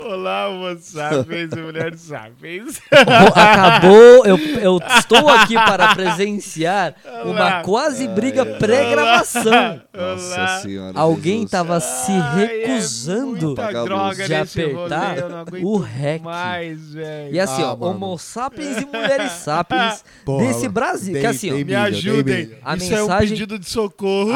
Olá, Homo sapiens e mulher sapiens. Acabou, eu estou aqui para presenciar uma quase briga pré-gravação. Nossa senhora. Alguém Jesus. tava se recusando muita droga de nesse apertar rolê, eu não aguento o REC. mais, velho. E assim, Ah, ó, mano. Homo sapiens e mulheres sapiens Porra, desse Brasil. Que assim, ó, Me ajudem. A Isso é um mensagem- pedido de socorro.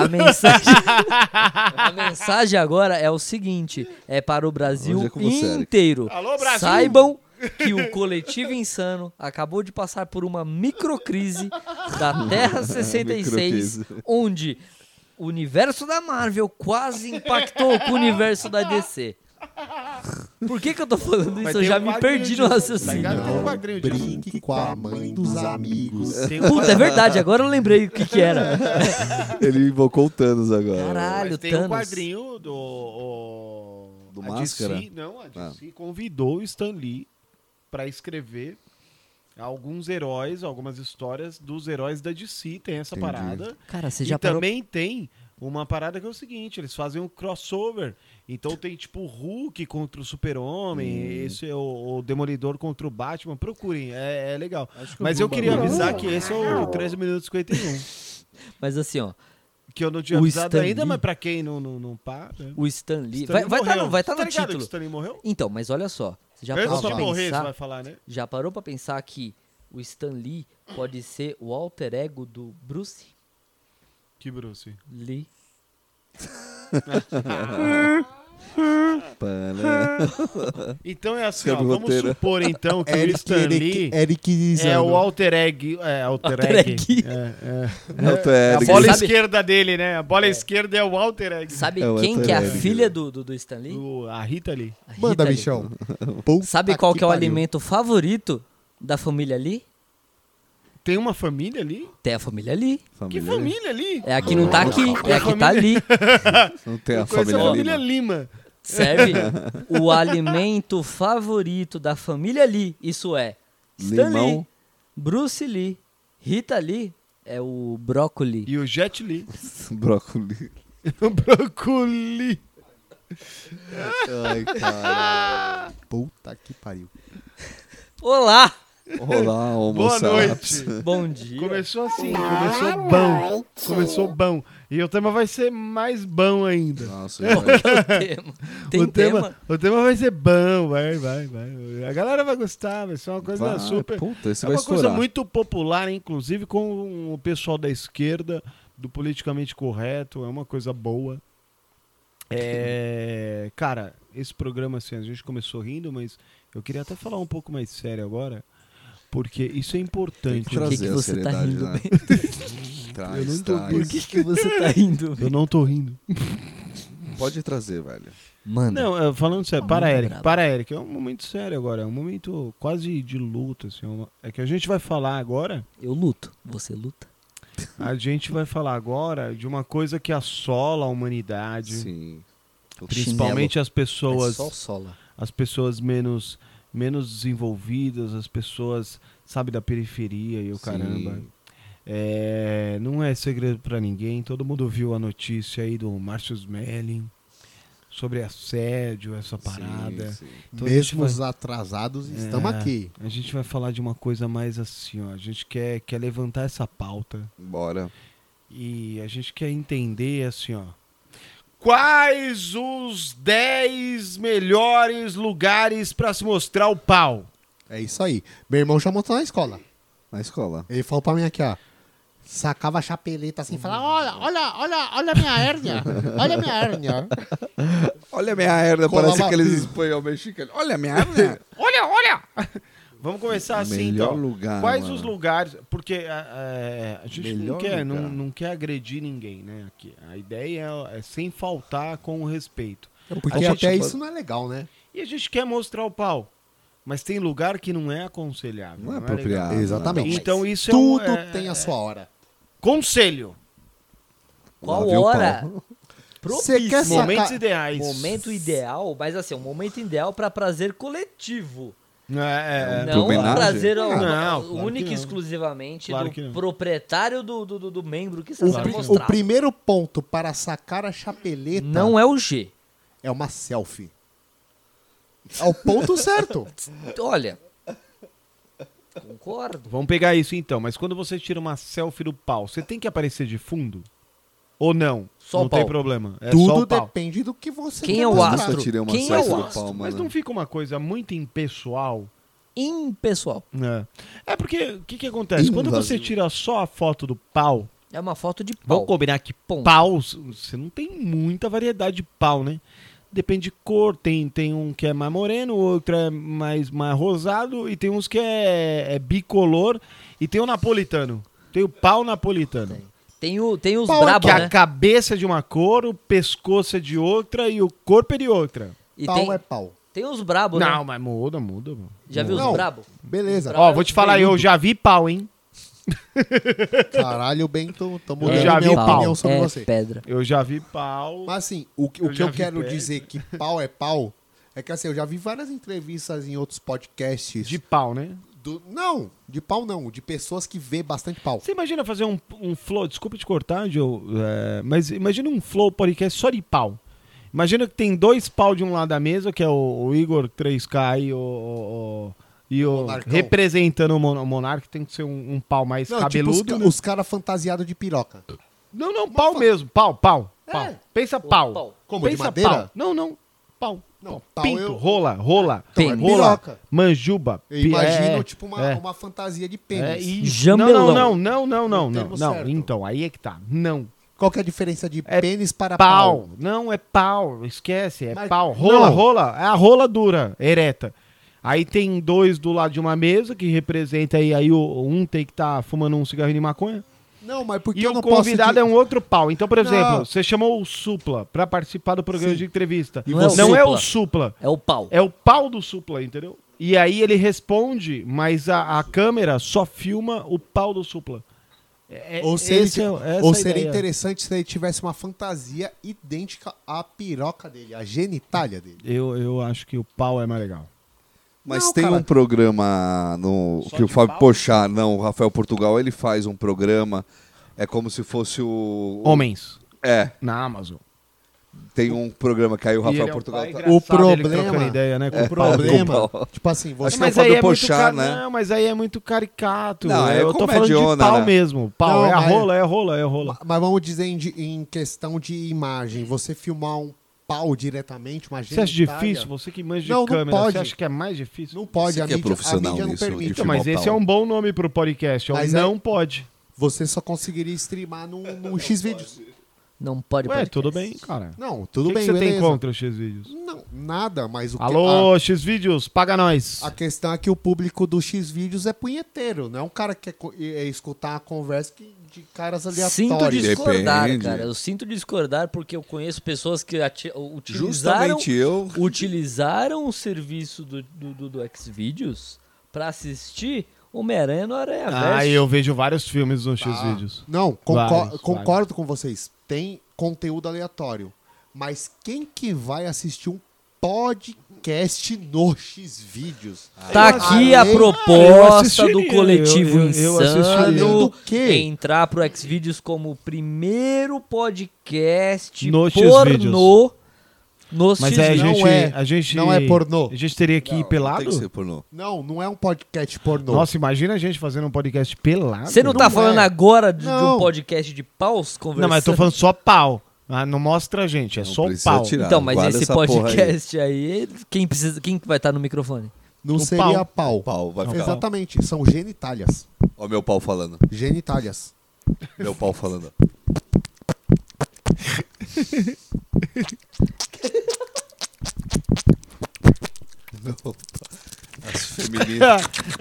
a mensagem agora é o seguinte: é para o Brasil Hoje é com você, Eric. inteiro. Alô, Brasil! Saibam que o coletivo insano acabou de passar por uma microcrise da Terra 66, Microcrise. onde o universo da Marvel quase impactou com o universo da DC. Por que eu tô falando Mas isso? Eu tem já um me quadrinho perdi disso, no tá raciocínio. ligado? Tem um quadrinho disso. Brinque com a mãe dos amigos. Tem um Puta, é verdade, agora eu lembrei o que era. Ele invocou o Thanos agora. Caralho, Mas tem Thanos. um quadrinho do Do a Máscara? DC, não, a DC convidou o Stan Lee pra escrever alguns heróis, algumas histórias dos heróis da DC. Tem essa Entendi. parada. Cara, você E já parou... também tem uma parada que é o seguinte, eles fazem um crossover. Então tem tipo o Hulk contra o Super-Homem, esse é o Demolidor contra o Batman. Procurem, é legal. Mas eu queria avisar que esse é o 13 minutos e 51. Mas assim, ó, Que eu não tinha O avisado Stan ainda, Lee- mas pra quem não para... o Stan Lee... Stan Vai Lee estar morreu. vai tá Você no ligado que título. o Stan Lee morreu? Então, mas olha só. Você já Antes parou de pra morrer, você pensar... vai falar, né? Já parou pra pensar que o Stan Lee pode ser o alter ego do Bruce Que Bruce. Lee? Então é assim, ó, Escreve o vamos roteiro. supor então que o Stan Lee Eric é o alter egg. Alter egg. Alter É a egg. bola Sabe- esquerda dele, né? A bola esquerda é o alter egg. Sabe É o quem alter que é a ego. filha do Stan Lee? A Rita Lee. A Rita Manda, Lee. bichão. Puta Sabe qual que é o pariu. alimento favorito da família Lee? Tem uma família ali? Tem a família Lee. Que família ali? É a que não tá aqui, é a que tá ali. Não tem a Eu conheço família a família Lima. Lima. Serve o alimento favorito da família Lee. Isso é Stan Lee, Limão. Bruce Lee, Rita Lee, é o brócoli. E o Jet Li. Brócoli. O Brocoli. Ai, cara. Puta que pariu. Olá, Olá, Homo Boa sapiens. noite. bom dia. Começou assim, começou bom. Começou bom. E o tema vai ser mais bom ainda. Nossa, Qual que é o tema? Tem O tema vai ser bom, vai. A galera vai gostar, vai ser uma coisa vai, super... Puta, esse É vai uma coisa estourar. muito popular, inclusive com o pessoal da esquerda, do politicamente correto, é uma coisa boa. Cara, esse programa, assim, a gente começou rindo, mas eu queria até falar um pouco mais sério agora, porque isso é importante. Tem Por que, trazer que a você tá seriedade, rindo, né? bem? Traz, Eu não tô- traz. Por que você tá rindo, Eu não tô rindo. Pode trazer, velho. Manda. Não, falando sério, para, Muito Eric, bravo. para, Eric, é um momento sério agora, é um momento quase de luta, assim, é que a gente vai falar agora, Eu luto, você luta. a gente vai falar agora de uma coisa que assola a humanidade, Sim. principalmente as É pessoas, só sola. as pessoas menos desenvolvidas, as pessoas, sabe, da periferia e o caramba. Não é segredo pra ninguém, todo mundo viu a notícia aí do Márcio Smelling sobre assédio, essa parada. Sim. Então, Mesmo a os gente atrasados, estamos aqui. A gente vai falar de uma coisa mais assim, ó. A gente quer levantar essa pauta Bora. e a gente quer entender assim, ó. Quais os 10 melhores lugares pra se mostrar o pau? É isso aí. Meu irmão já montou na escola. Na escola. Ele falou pra mim aqui, ó. Sacava a chapeleta assim e falava, olha a minha hérnia. Olha a minha hérnia. Olha a minha hernia, Colava- parece aqueles espanhol mexicanos. Olha a minha hernia. Olha! Vamos começar assim, Melhor então. lugar, Quais mano. os lugares... Porque a gente Melhor não lugar. não quer agredir ninguém, né? Aqui. A ideia é sem faltar com o respeito. Porque A gente até pode- isso não é legal, né? E a gente quer mostrar o pau. Mas tem lugar que não é aconselhável. Não é legal. apropriado. Exatamente. Não. Então isso Tudo é tem a sua hora. Conselho. Qual Lá vê o hora? pau. Você quer Propícia. sacar- Momentos ideais. Momento ideal, mas assim, um momento ideal pra prazer coletivo. É, Não homenagem? prazer Não, claro único que e não. exclusivamente Claro do que não. proprietário do membro que está O, sendo pri- mostrado. o primeiro ponto para sacar a chapeleta Não é o G. é uma selfie. É o ponto certo. Olha, concordo. Vamos pegar isso então, mas quando você tira uma selfie do pau, você tem que aparecer de fundo? Ou não? Só não o pau. tem problema. É só Tudo o pau. depende do que você Quem quer é o Eu mostrar. astro? nunca tirei uma Quem é selfie o do astro? pau, Mas mano. não fica uma coisa muito impessoal? Impessoal. É porque, o que acontece? Quando você Invasivo. tira só a foto do pau, É uma foto de pau. vamos combinar que Ponto. pau, você não tem muita variedade de pau, né? Depende de cor, tem um que é mais moreno, outro é mais rosado, e tem uns que é bicolor, e tem o napolitano. Tem o pau napolitano. Tem os Pau brabo, que né? a cabeça é de uma cor, o pescoço é de outra e o corpo é de outra. E Pau tem, é pau. tem os brabo, né? Não, mas muda, mano. Já viu os Não. brabo? Beleza. Pra- Ó, vou te falar, eu já vi pau, hein? Caralho, Bento, tô Eu mudando já vi minha pau. opinião sobre é você. pedra. Eu já vi pau. Mas assim, o que já eu vi quero pedra. dizer que pau é pau é que assim, eu já vi várias entrevistas em outros podcasts. De pau, né? Não, de pau não, de pessoas que vê bastante pau. Você imagina fazer um flow, desculpa te cortar, Joe, mas imagina um flow podcast só de pau. Imagina que tem 2 pau de um lado da mesa, que é o Igor 3K e o Monarcão. representando o Monark, tem que ser um pau mais Não, cabeludo. tipo né? os caras fantasiados de piroca. Não, pau mesmo, pau. É. Pensa pau. pau. Como, de Pensa madeira? Pau. Não, pau. Não, Pau. pau Pinto, eu- rola, Pinto. É rola, piroca. manjuba. Eu imagino, é, tipo, é. uma fantasia de É pênis. isso. Jamelão. Não. No termo Não, certo. então, aí é que tá. Não. Qual que é a diferença de É pênis para Pau. pau? Não, é pau. Esquece, é Mas- pau. não. Rola. É a rola dura, ereta. Aí tem 2 do lado de uma mesa que representa aí um tem que estar fumando um cigarrinho de maconha. Não, mas por que E eu o não convidado posso... é um outro pau. Então, por exemplo, Não. você chamou o Supla pra participar do programa Sim. de entrevista. Não é o Não é Supla. o Supla. É o pau. É o pau do Supla, entendeu? E aí ele responde, mas a câmera só filma o pau do Supla. Ou seria, essa ou a seria ideia. interessante se ele tivesse uma fantasia idêntica à piroca dele, à genitália dele. Eu acho que o pau é mais legal. Mas Não, tem cara. um programa no Só que o de Fábio pau? Pochá, não, o Rafael Portugal, ele faz um programa, é como se fosse o... Homens, É, na Amazon. tem um programa que aí o E Rafael ele é um Portugal... pai tá- engraçado, O problema- ele trocando ideia, né, com O o pau. problema, pau. tipo assim, você... Acho que Mas é o Fábio aí é muito Pochá, né? Não, mas aí é muito caricato. Não, é eu tô falando de comediona, pau né? mesmo. Pau, Não, é a mas- rola, é a rola. Mas vamos dizer em questão de imagem, você filmar um pau diretamente, uma Você acha genitália... difícil? Você que manja de Não, não câmera, pode. você acha que é mais difícil? Não pode, Você a que é mídia, profissional a mídia não nisso, permite. de Então, mas filmar o esse é pau. um bom nome pro podcast. Mas Não pode. Você só conseguiria streamar num X-Vídeos. Não pode Ué, podcast. tudo bem, cara. Não, tudo O que bem, você beleza. tem contra os X-Vídeos? Não, nada, mas o Alô, X-Vídeos, paga nós. A questão é que o público do X-Vídeos é punheteiro, não é um cara que quer escutar uma conversa de caras Sinto aleatórios. discordar, Depende. cara. Eu sinto discordar porque eu conheço pessoas que utilizaram, Justamente eu... utilizaram o serviço do Xvideos pra assistir Homem-Aranha no Aranha Verso. Eu vejo vários filmes no X-Vídeos. Não, Vários, concordo com vocês. Tem conteúdo aleatório. Mas quem que vai assistir um podcast no X-Vídeos? Tá Eu aqui a além- eu proposta assistiria, do coletivo eu assistiria. Além Insano do quê? entrar pro Xvideos como o primeiro podcast No pornô nos Mas aí Xvideos. a gente... não é pornô. A gente teria que ir pelado? Tem que ser pornô. Não, não é um podcast pornô. Nossa, imagina a gente fazendo um podcast pelado. Você não tá Não falando é. agora de Não. um podcast de paus conversando? Não, mas eu tô falando só pau. Ah, não mostra a gente, é Não só o precisa pau. tirar. Então, mas Guarda esse essa porra aí. podcast aí, quem que vai estar no microfone? Não o seria pau. Pau, vai ficar. Exatamente, são genitálias. Ó meu pau falando. Genitálias. Meu pau falando. Meu pau. As femininas.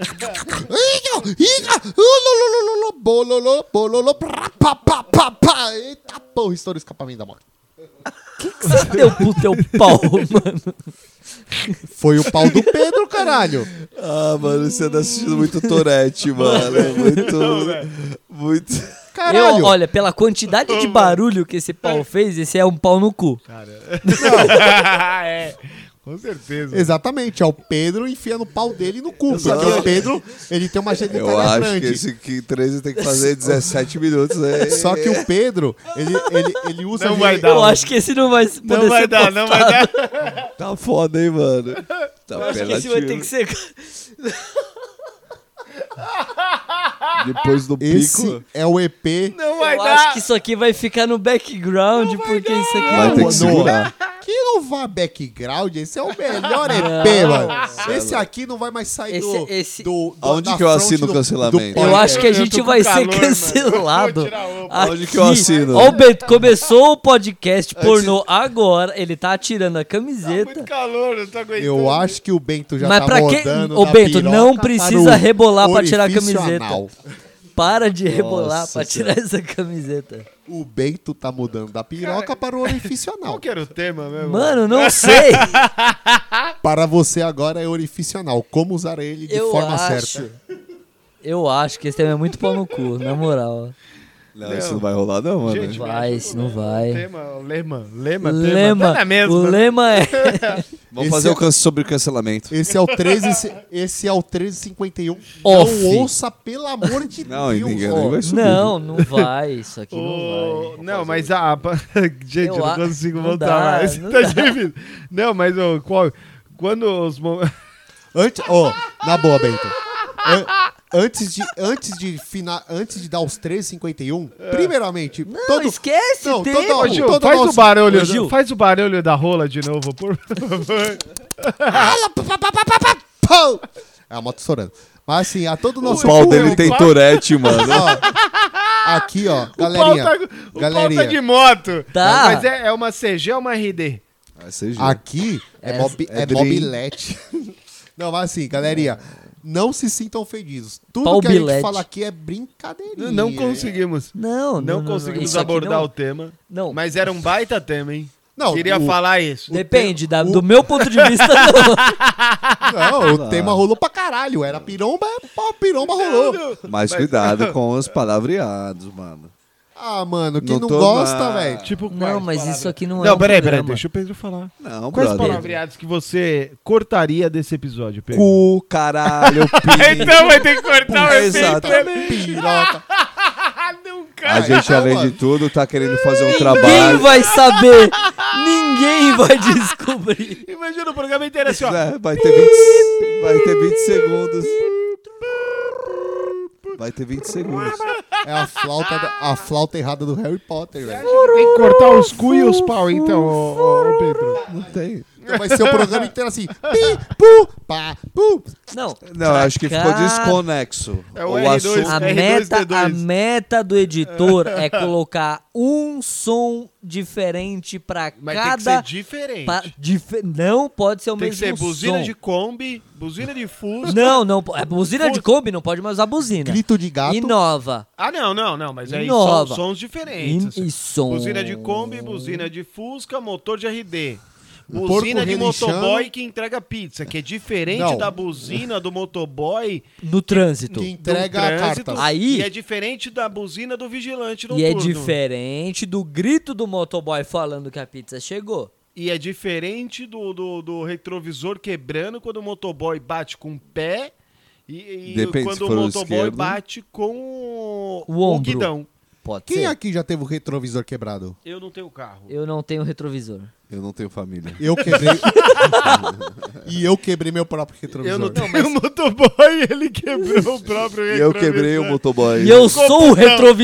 Bololô, bololô, pá, pá, pá, pá. Eita porra, estourou o escapamento da moto. Você deu pro teu pau, mano. Foi o pau do Pedro, caralho. Ah, mano, você tá assistindo muito Tourette, mano. Muito. Caralho. Olha, pela quantidade de barulho que esse pau fez, esse é um pau no cu. É, com certeza. Exatamente, é o Pedro enfiando o pau dele no cu. Porque o Pedro, ele tem uma Eu genitália acho grande. que esse aqui 13 tem que fazer 17 minutos aí. Só que o Pedro, ele usa... Não vai dar. Eu acho que esse não vai poder Não vai ser dar, não vai dar. Tá foda, hein, mano. Tá Eu acho que esse vai ter que ser. Depois do Esse pico, é o EP. Não vai Eu dar. acho que isso aqui vai ficar no background, porque isso aqui vai ter Não, que segurar. Que não vá background, esse é o melhor EP, mano. Esse aqui não vai mais sair Aonde da que eu front assino o cancelamento? Eu acho que a Eu gente tô com vai calor, ser mano. cancelado. Vou tirar a roupa. Aonde que eu assino? Ó, o Bento começou o podcast pornô agora, ele tá tirando a camiseta. Muito calor, não tô aguentando. Eu acho que o Bento já Mas tá pra quê? rodando Ô, na Bento, piroca não para precisa o rebolar pra tirar a orifício camiseta. anal. Para de rebolar Nossa pra tirar essa camiseta. O Bento tá mudando da piroca para o orifício anal. Qual que era o tema mesmo? Mano, não sei. Para você agora é orifício anal. Como usar ele de forma certa. Eu acho que esse tema é muito pau no cu, na moral. Não, isso não vai rolar não, mano. Gente, Vai, me isso não ajuda, vai. Lema, Lema, tá na mesma, o né? lema é... Vamos Esse fazer é- sobre o cancelamento. Esse é o 1351. Off. Não ouça, pelo amor de Não, Deus. ninguém ó. vai subir. Não vai, isso aqui não vai. Não, mas gente, eu Eu não consigo não voltar dá, mais. não Tá dá. difícil. Não, mas quando os Na boa, Bento. Antes de dar os 13,51, primeiramente, Não, esquece, Não, tem. todo- Ô, Gil, todo faz nosso- o barulho, Ô, Gil. faz o barulho da rola de novo, por favor. Pau! É a moto estourando. Mas assim, a todo o nosso O pau público, dele tem Tourette, mano. ó, aqui, ó, O pau galerinha. tá de moto. Tá. Mas é uma CG ou uma RD? Vai ser jeito. Aqui é é dream. mobilete. Não, mas assim, galerinha, não se sintam ofendidos. Tudo Pau que a gente bilete. fala aqui é brincadeirinha. Não conseguimos. Não Conseguimos isso aqui abordar não- o tema. Não. Mas era um baita tema, hein? Não, Queria falar isso. Depende, do meu ponto de vista, não. Não, o tema rolou pra caralho. Era piromba, piromba rolou. Mas cuidado com os palavreados, mano. Ah, mano, quem Não não tô gosta, na- velho. Tipo, Não, quais mas palavras? isso aqui não é Não, um peraí, programa. deixa o Pedro falar. Não, Quais brother. palavreados que você cortaria desse episódio, Pedro? Cu, caralho, pinto. Então vai ter que cortar o efeito. Exatamente. Piroca. Nunca. A gente, Não, além mano. de tudo, tá querendo fazer um Ninguém trabalho. vai saber. Ninguém vai descobrir. Imagina o programa inteiro assim, ó. É, vai ter 20 segundos. Vai ter 20 segundos. É a flauta errada do Harry Potter, velho. Tem que cortar os cu e os pau, então, ô Pedro. Não tem. Então vai ser o programa inteiro assim. Pi, pu, pá, pu. Não. Não, acho que ficou desconexo. É o R2. assunto- A R2D2. meta do editor é colocar um som diferente pra Mas tem que cada... ser diferente. Não pode ser o Tem que mesmo ser buzina som. de Kombi, buzina de Fusca. Não, buzina de Kombi não pode mais usar buzina. Grito de gato. Inova. Ah, não, mas aí Nova. são sons diferentes. E som. Buzina de Kombi, buzina de Fusca, motor de RD. porco Buzina de relinchando. motoboy que entrega pizza, que é diferente Não. da buzina do motoboy No trânsito. Que do entrega trânsito, cartas. Aí- e é diferente da buzina do vigilante E noturno. é diferente do grito do motoboy falando que a pizza chegou. E é diferente do retrovisor quebrando quando o motoboy bate com o pé e Depende, quando se o for o motoboy esquerdo. bate com O ombro. guidão. Pode Quem ser. aqui já teve o retrovisor quebrado? Eu não tenho carro. Eu não tenho retrovisor. Eu não tenho família. Eu quebrei. E eu quebrei meu próprio retrovisor. Eu não tenho motoboy, ele quebrou o próprio E eu retrovisor. quebrei o motoboy. E eu sou o retrovisor.